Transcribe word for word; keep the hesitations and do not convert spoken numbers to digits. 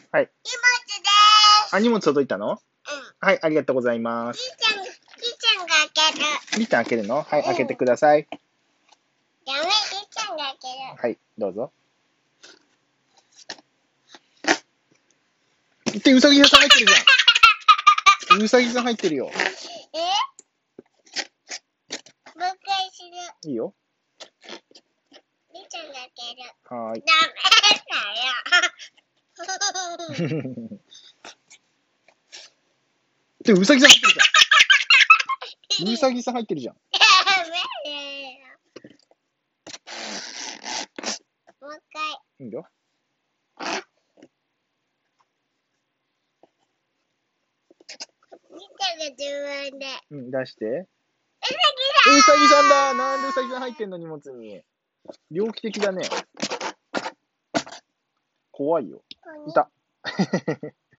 はい。 荷物でーす。 あ、荷物届いたの？ うん。 はい、ありがとうございます。 じいちゃん、じいちゃんが開ける。 りーちゃん開けるの？はい、 うん開けてください。 ダメ、じいちゃんが開ける。 はい、どうぞ。って、うさぎさん入ってるじゃん。うさぎさん入ってるよ。 え？もう一回する。 いいよ。 じいちゃんが開ける。 はーい。 ダメだよ。 って、うさぎさん入ってるじゃん。うさぎさん入ってるじゃん。 ダメだよ。もう一回。 いいよ。 じいちゃんが自分で。 うん、出して。 うさうさぎさんだ。なんでうさぎさん入ってんの、荷物に。猟奇的だね。怖いよ。 ぎさん。 いた。